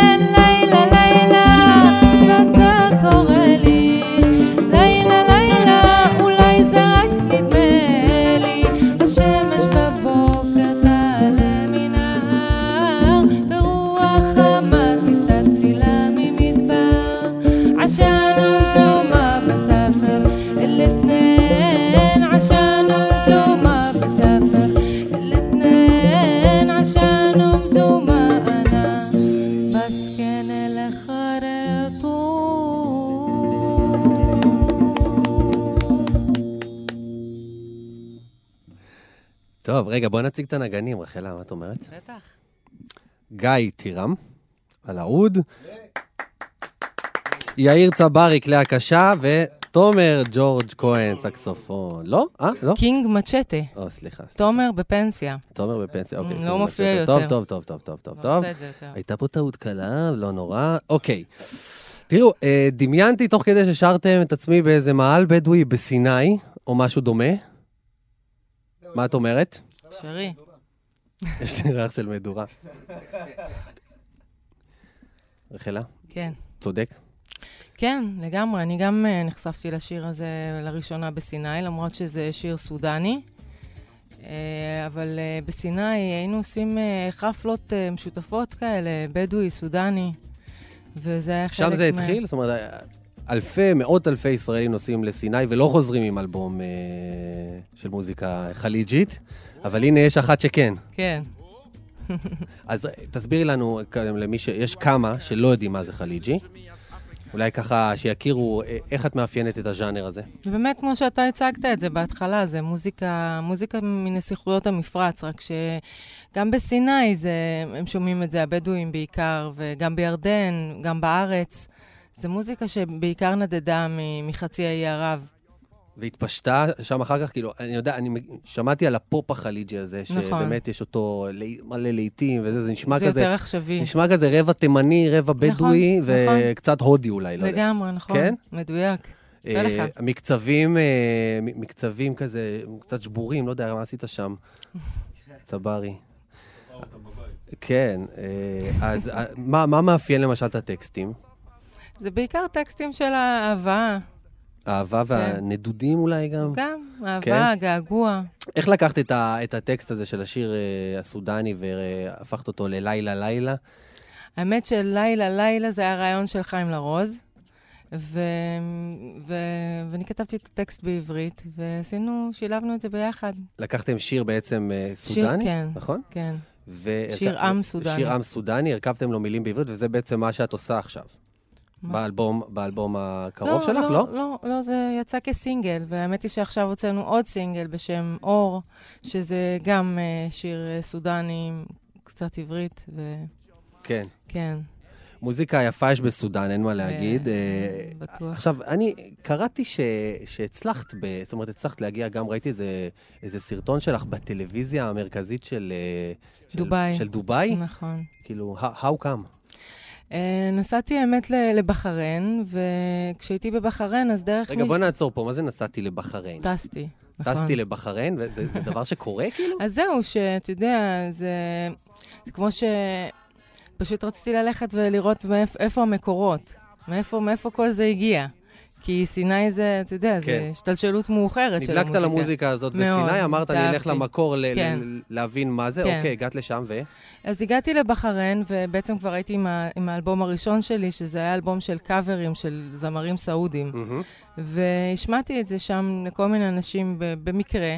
ليلى ليلى טוב, רגע, בוא נציג את הנגנים, רחלה, מה את אומרת? בטח. גיא טירם, על העוד. יאיר צברי, כלי הקשה, ותומר ג'ורג' כהן, סקסופון. לא? אה? לא? קינג מצ'טה. או, סליחה. תומר בפנסיה. תומר בפנסיה, אוקיי. לא מופיע יותר. טוב, טוב, טוב, טוב, טוב, לא טוב. עושה את זה יותר. הייתה פה טעות קלה, לא נורא. אוקיי. תראו, דמיינתי תוך כדי ששרתם את עצמי באיזה מעל בדואי בסיני, או משהו דומה. מה את אומרת? שרי. יש לי ריח של מדורה. רחלה? כן. צודק? כן, לגמרי. אני גם uh, נחשפתי לשיר הזה לראשונה בסיני, למרות שזה שיר סודני. Uh, אבל uh, בסיני היינו עושים uh, חפלות uh, משותפות כאלה, בדואי, סודני, וזה היה חלק מה... שם זה התחיל? זאת אומרת, אלפי, מאות אלפי ישראלים נוסעים לסיני ולא חוזרים עם אלבום uh, של מוזיקה חליג'ית, אבל הנה יש אחת שכן. כן. אז תסבירי לנו, למי ש... יש כמה שלא יודעים מה זה חליג'י. אולי ככה שיכירו איך את מאפיינת את הז'אנר הזה. ובאמת, כמו שאתה הצגת את זה בהתחלה, זה מוזיקה, מוזיקה מנסיכויות המפרץ, רק שגם בסיני זה, הם שומעים את זה, הבדואים בעיקר, וגם בירדן, גם בארץ. זה מוזיקה שבעיקר נדדה מחצי האי ערב. והתפשטה שם אחר כך, כאילו, אני יודע, אני שמעתי על הפופ החליג'י הזה, שבאמת יש אותו מלא לעיתים, וזה, זה נשמע כזה... זה יותר עכשווי. נשמע כזה רבע תימני, רבע בדואי, וקצת הודי אולי, לא יודע. לגמרי, נכון. כן? מדויק. מקצבים, מקצבים כזה, קצת שבורים, לא יודע, מה עשית שם? צברי. כן, אז מה מאפיין למשל את הטקסטים? זה בעיקר טקסטים של האהבה. האהבה והנדודים אולי גם? גם, אהבה, געגוע. איך לקחת את הטקסט הזה של השיר הסודני והפכת אותו ללילה לילה? האמת של לילה לילה זה היה רעיון של חיים לרוז, ואני כתבתי את הטקסט בעברית, ועשינו, שילבנו את זה ביחד. לקחתם שיר בעצם סודני? כן, נכון? כן. שיר עם סודני. שיר עם סודני, הרכבתם לו מילים בעברית, וזה בעצם מה שאת עושה עכשיו. באלבום, באלבום הקרוב לא, שלך, לא? לא? לא, לא, זה יצא כסינגל, והאמת היא שעכשיו הוצאנו עוד סינגל בשם אור, שזה גם uh, שיר uh, סודני, קצת עברית, ו... כן. כן. מוזיקה יפה יש בסודן, אין מה להגיד. בטוח. עכשיו, אני קראתי שהצלחת, זאת אומרת, הצלחת להגיע, גם ראיתי איזה סרטון שלך בטלוויזיה המרכזית של דוביי. של דוביי. נכון. כאילו, how come? נסעתי האמת לבחרן, וכשהייתי בבחרן, אז דרך... רגע, בוא נעצור פה, מה זה נסעתי לבחרן? טסתי. נכון. טסתי לבחרן, וזה דבר שקורה כאילו? אז זהו, שאתה יודע, זה כמו ש... פשוט רציתי ללכת ולראות מאיפה, איפה המקורות, מאיפה, מאיפה כל זה הגיע. כי סיני זה, אתה יודע, כן. זה השתלשלות מאוחרת של המוזיקה. נדלקת למוזיקה הזאת מאוד, בסיני, אמרת, אני אלך למקור ל- כן. ל- להבין מה זה, כן. אוקיי, הגעת לשם ו... אז הגעתי לבחרן, ובעצם כבר הייתי עם, ה- עם האלבום הראשון שלי, שזה היה אלבום של קאברים, של זמרים סעודים. Mm-hmm. והשמעתי את זה שם לכל מיני אנשים ב- במקרה,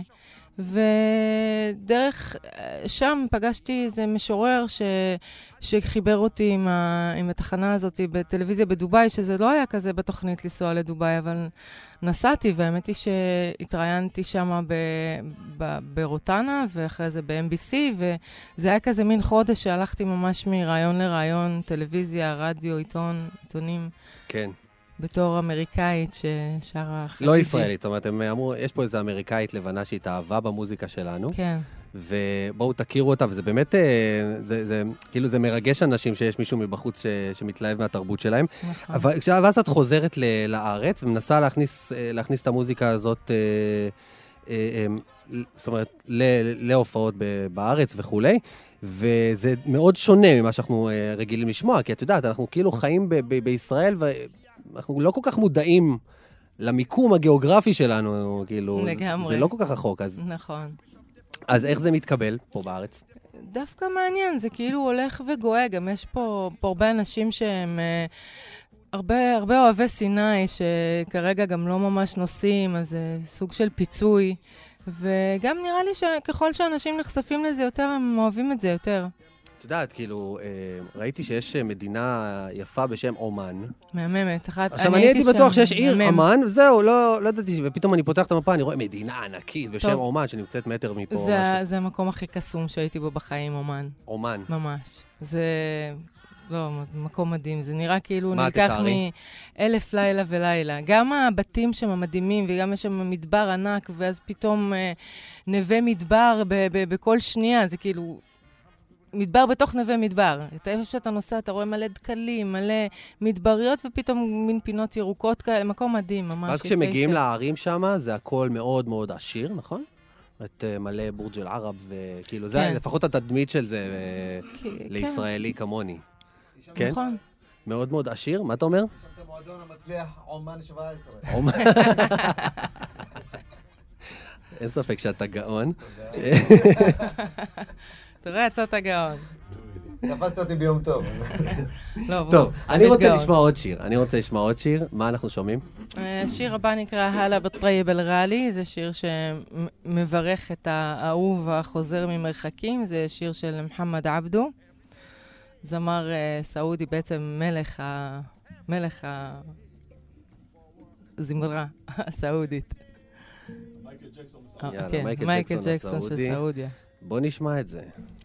ודרך שם פגשתי איזה משורר ש... שחיבר אותי עם, ה... עם התחנה הזאת בטלוויזיה בדוביי, שזה לא היה כזה בתוכנית לנסוע לדוביי, אבל נסעתי, והאמת היא שהתראיינתי שם ב... ב... ברוטנה, ואחרי זה ב-אם בי סי, וזה היה כזה מין חודש שהלכתי ממש מרעיון לרעיון, טלוויזיה, רדיו, עיתון, עיתונים. כן. בתור אמריקאית ששרה... לא ישראלית, זאת אומרת, הם אמרו, יש פה איזו אמריקאית לבנה שהתאהבה במוזיקה שלנו. כן. ובואו תכירו אותה, וזה באמת, זה, זה, כאילו זה מרגש אנשים שיש מישהו מבחוץ ש, שמתלהב מהתרבות שלהם. נכון. אבל ואז את חוזרת ל, לארץ, ומנסה להכניס, להכניס את המוזיקה הזאת, זאת אומרת, להופעות בארץ וכולי, וזה מאוד שונה ממה שאנחנו רגילים לשמוע, כי את יודעת, אנחנו כאילו חיים ב, ב, בישראל, ו... אנחנו לא כל כך מודעים למיקום הגיאוגרפי שלנו, כאילו, לגמרי. זה לא כל כך רחוק, אז... נכון. אז איך זה מתקבל פה בארץ? דווקא מעניין, זה כאילו הולך וגואה, גם יש פה, פה הרבה אנשים שהם אה, הרבה, הרבה אוהבי סיני, שכרגע גם לא ממש נוסעים, אז זה סוג של פיצוי, וגם נראה לי שככל שאנשים נחשפים לזה יותר, הם אוהבים את זה יותר. את יודעת, כאילו, ראיתי שיש מדינה יפה בשם אומן. מהממת, אחת, עכשיו, אני הייתי בטוח שיש עיר אומן, וזהו, לא ידעתי, ופתאום אני פותח את המפה, אני רואה מדינה ענקית בשם אומן, שנמצאת מטר מפה. זה המקום הכי קסום שהייתי בו בחיים, אומן. אומן. ממש. זה, לא, מקום מדהים. זה נראה כאילו נלקח מאלף לילה ולילה. גם הבתים שם המדהימים, וגם יש שם מדבר ענק, ואז פתאום נווה מדבר בכל שנייה, זה כאילו... מדבר בתוך נווה מדבר. אתה איפה שאתה נוסע, אתה רואה מלא דקלים, מלא מדבריות, ופתאום מין פינות ירוקות כאלה, מקום מדהים, ממש. ואז כשמגיעים לערים שם, זה הכל מאוד מאוד עשיר, נכון? את מלא בורג' אל ערב, וכאילו, זה לפחות התדמית של זה לישראלי כמוני. כן? נכון. מאוד מאוד עשיר, מה אתה אומר? יש שם את המועדון המצליח, אומן שבע עשרה. אומן. אין ספק שאתה גאון. תראה, יצאת גאון. תפסת אותי ביום טוב. טוב, אני רוצה לשמוע עוד שיר. אני רוצה לשמוע עוד שיר. מה אנחנו שומעים? השיר הבא נקרא הלה בטרייב אל ג'אלי. זה שיר שמברך את האהוב החוזר ממרחקים. זה שיר של מוחמד עבדו. זמר סעודי, בעצם מלך ה... מלך הזמרה הסעודית. יאללה, מייקל ג'קסון של סעודיה. בוא נשמע את זה.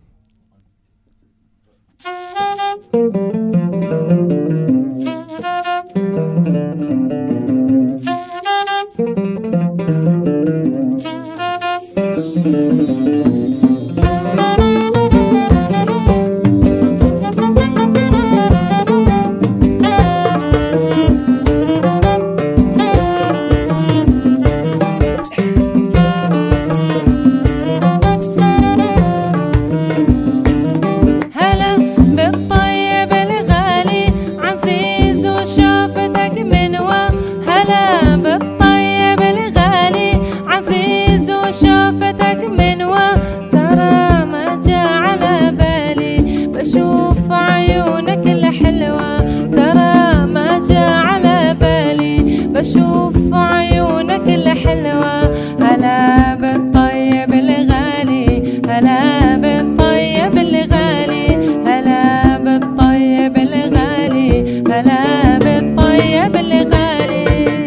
بشوف عيونك الحلوة هلا بالطيب الغالي هلا بالطيب الغالي هلا بالطيب الغالي هلا بالطيب الغالي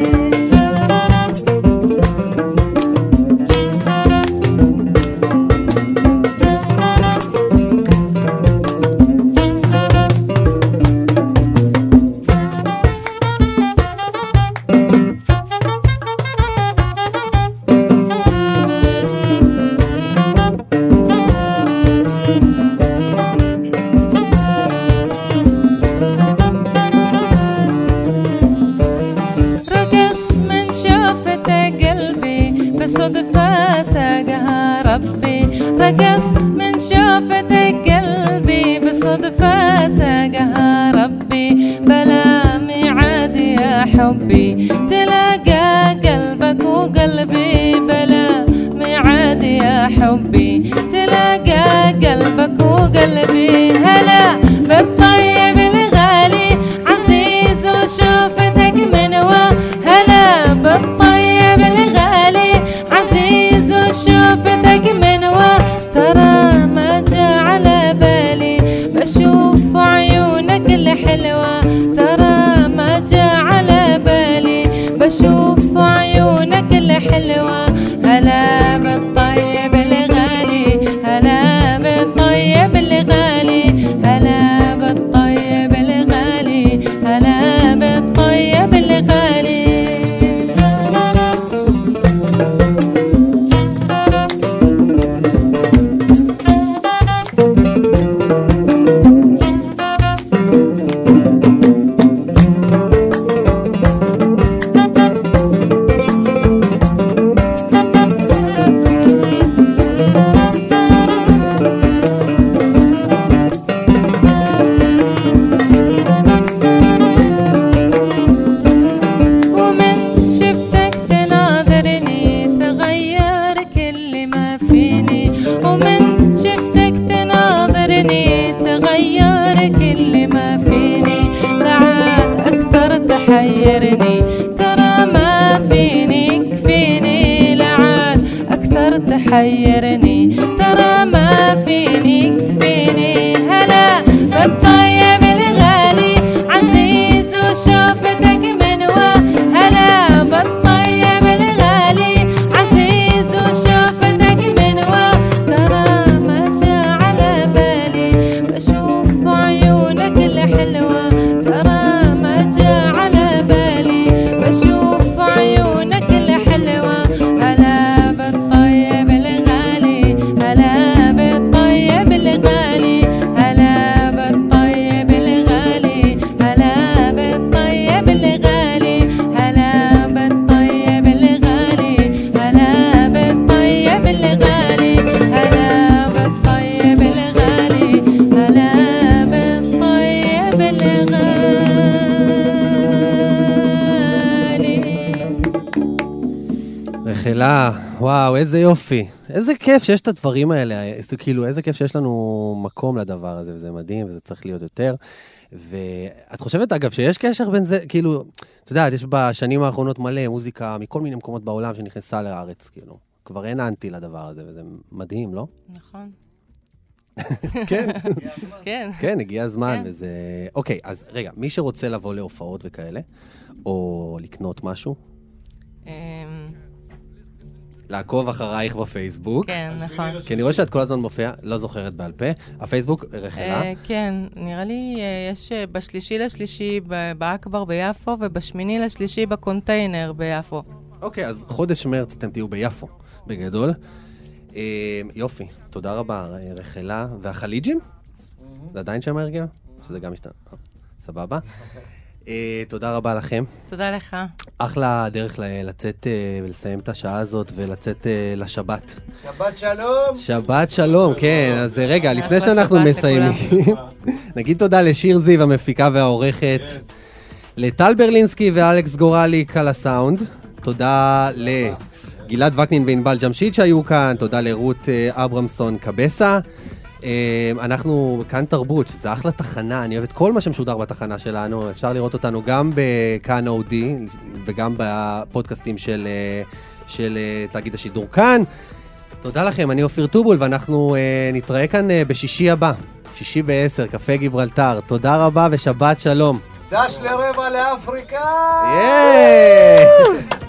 حبي تلاقى قلبك وقلبي بلا ميعاد يا حبي تلاقى قلبك وقلبي هلا بالطيب الغالي عزيز وشوفتك منوى هلا بالطيب الغالي عزيز وشوفتك منوى ترى ما جاء على بالي بشوف عيونك الحلوة ترى ما جاء على بالي بشوف عيونك الحلوة هلا بالطيب الغالي هلا بالطيب الغالي هلا بالطيب الغالي هلا بالطيب الغالي حيرني ترى ما فيني كفيني هلا רחלה, וואו, איזה יופי. איזה כיף שיש את הדברים האלה, כאילו, איזה כיף שיש לנו מקום לדבר הזה, וזה מדהים, וזה צריך להיות יותר. ואת חושבת, אגב, שיש קשר בין זה, כאילו, אתה יודע, יש בשנים האחרונות מלא מוזיקה מכל מיני מקומות בעולם שנכנסה לארץ, כאילו. כבר אין אנטי לדבר הזה, וזה מדהים, לא? נכון. כן. כן. כן, הגיע הזמן, וזה... אוקיי, אז רגע, מי שרוצה לבוא להופעות וכאלה, או לקנות משהו, לעקוב אחרייך בפייסבוק. כן, נכון. כי אני רואה שאת כל הזמן מופיעה, לא זוכרת בעל פה. הפייסבוק, רחלה? כן, נראה לי יש בשלישי לשלישי באקבר ביפו, ובשמיני לשלישי בקונטיינר ביפו. אוקיי, אז חודש מרץ אתם תהיו ביפו, בגדול. יופי, תודה רבה, רחלה. והחליג'ים? זה עדיין שם ההרגע? שזה גם משתנה. סבבה. תודה רבה לכם. תודה לך. אחלה דרך לצאת ולסיים את השעה הזאת ולצאת לשבת. שבת שלום. שבת שלום, כן. אז רגע, לפני שאנחנו מסיימים, נגיד תודה לשיר זיו, המפיקה והעורכת, לטל ברלינסקי ואלכס גורליק על הסאונד. תודה לגלעד וקנין וענבל ג'משיד שהיו כאן. תודה לרות אברמסון קבסה. אנחנו כאן תרבות, שזה אחלה תחנה, אני אוהב את כל מה שמשודר בתחנה שלנו, אפשר לראות אותנו גם בכאן אודי וגם בפודקאסטים של, של תאגיד השידור כאן. תודה לכם, אני אופיר טובול ואנחנו נתראה כאן בשישי הבא, שישי בעשר, קפה גיברלטר. תודה רבה ושבת שלום. דש לרבע לאפריקה! יאיי!